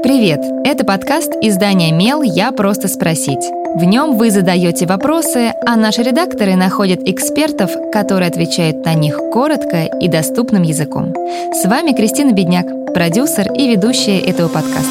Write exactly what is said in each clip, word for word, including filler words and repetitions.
Привет! Это подкаст издания «Мел. Я просто спросить». В нем вы задаете вопросы, а наши редакторы находят экспертов, которые отвечают на них коротко и доступным языком. С вами Кристина Бедняк, продюсер и ведущая этого подкаста.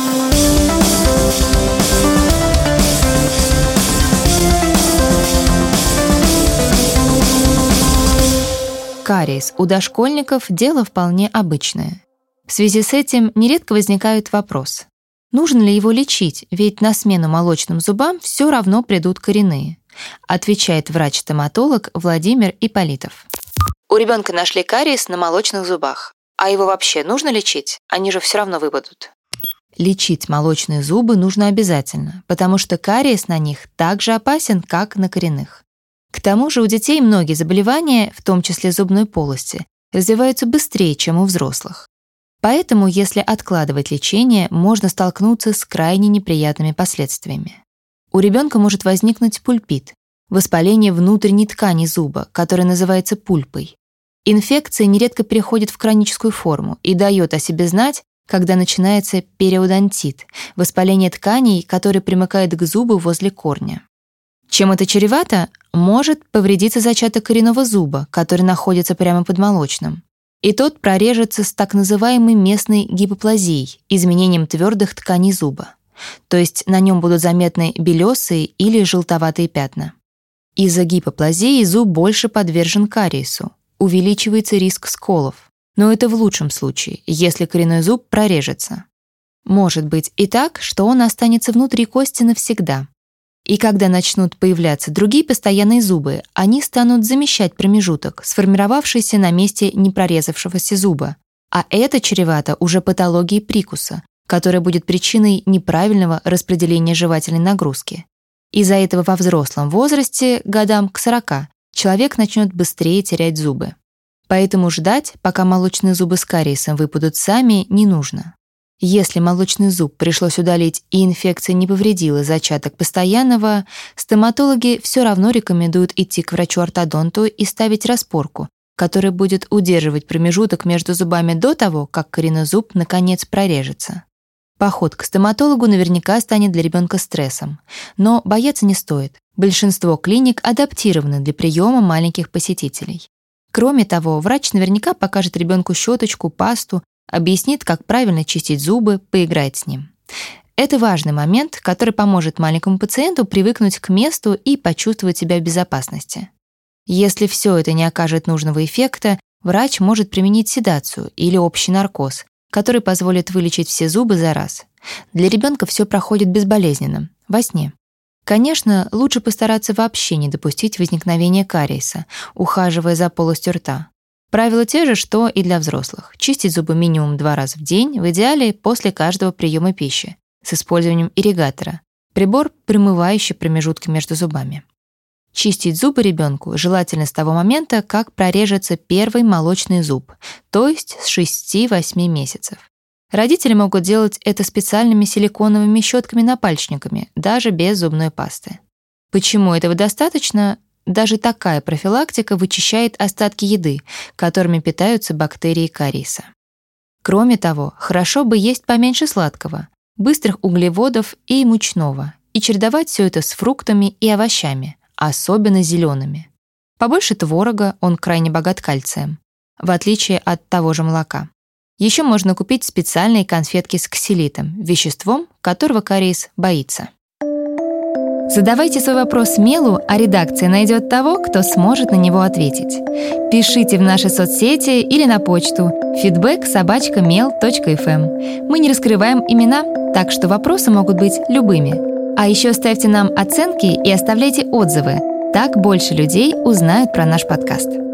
Кариес у дошкольников – дело вполне обычное. В связи с этим нередко возникает вопрос: нужно ли его лечить, ведь на смену молочным зубам все равно придут коренные, отвечает врач-стоматолог Владимир Ипполитов. У ребенка нашли кариес на молочных зубах. А его вообще нужно лечить? Они же все равно выпадут. Лечить молочные зубы нужно обязательно, потому что кариес на них так же опасен, как на коренных. К тому же у детей многие заболевания, в том числе зубной полости, развиваются быстрее, чем у взрослых. Поэтому, если откладывать лечение, можно столкнуться с крайне неприятными последствиями. У ребенка может возникнуть пульпит – воспаление внутренней ткани зуба, которое называется пульпой. Инфекция нередко переходит в хроническую форму и дает о себе знать, когда начинается периодонтит – воспаление тканей, которое примыкает к зубу возле корня. Чем это чревато? Может повредиться зачаток коренного зуба, который находится прямо под молочным. И тот прорежется с так называемой местной гипоплазией, изменением твердых тканей зуба. То есть на нем будут заметны белесые или желтоватые пятна. Из-за гипоплазии зуб больше подвержен кариесу, увеличивается риск сколов. Но это в лучшем случае, если коренной зуб прорежется. Может быть и так, что он останется внутри кости навсегда. И когда начнут появляться другие постоянные зубы, они станут замещать промежуток, сформировавшийся на месте непрорезавшегося зуба. А это чревато уже патологией прикуса, которая будет причиной неправильного распределения жевательной нагрузки. Из-за этого во взрослом возрасте, годам к сорока, человек начнет быстрее терять зубы. Поэтому ждать, пока молочные зубы с кариесом выпадут сами, не нужно. Если молочный зуб пришлось удалить и инфекция не повредила зачаток постоянного, стоматологи все равно рекомендуют идти к врачу-ортодонту и ставить распорку, которая будет удерживать промежуток между зубами до того, как коренной зуб наконец прорежется. Поход к стоматологу наверняка станет для ребенка стрессом, но бояться не стоит. Большинство клиник адаптированы для приема маленьких посетителей. Кроме того, врач наверняка покажет ребенку щеточку, пасту, объяснит, как правильно чистить зубы, поиграет с ним. Это важный момент, который поможет маленькому пациенту привыкнуть к месту и почувствовать себя в безопасности. Если все это не окажет нужного эффекта, врач может применить седацию или общий наркоз, который позволит вылечить все зубы за раз. Для ребенка все проходит безболезненно, во сне. Конечно, лучше постараться вообще не допустить возникновения кариеса, ухаживая за полостью рта. Правила те же, что и для взрослых. Чистить зубы минимум два раза в день, в идеале после каждого приема пищи, с использованием ирригатора, прибор, промывающий промежутки между зубами. Чистить зубы ребенку желательно с того момента, как прорежется первый молочный зуб, то есть с шести-восьми месяцев. Родители могут делать это специальными силиконовыми щетками-напальчниками, даже без зубной пасты. Почему этого достаточно? Даже такая профилактика вычищает остатки еды, которыми питаются бактерии кариеса. Кроме того, хорошо бы есть поменьше сладкого, быстрых углеводов и мучного, и чередовать все это с фруктами и овощами, особенно зелеными. Побольше творога, он крайне богат кальцием, в отличие от того же молока. Еще можно купить специальные конфетки с ксилитом, веществом, которого кариес боится. Задавайте свой вопрос Мелу, а редакция найдет того, кто сможет на него ответить. Пишите в наши соцсети или на почту feedback собака мел точка эф эм. Мы не раскрываем имена, так что вопросы могут быть любыми. А еще ставьте нам оценки и оставляйте отзывы. Так больше людей узнают про наш подкаст.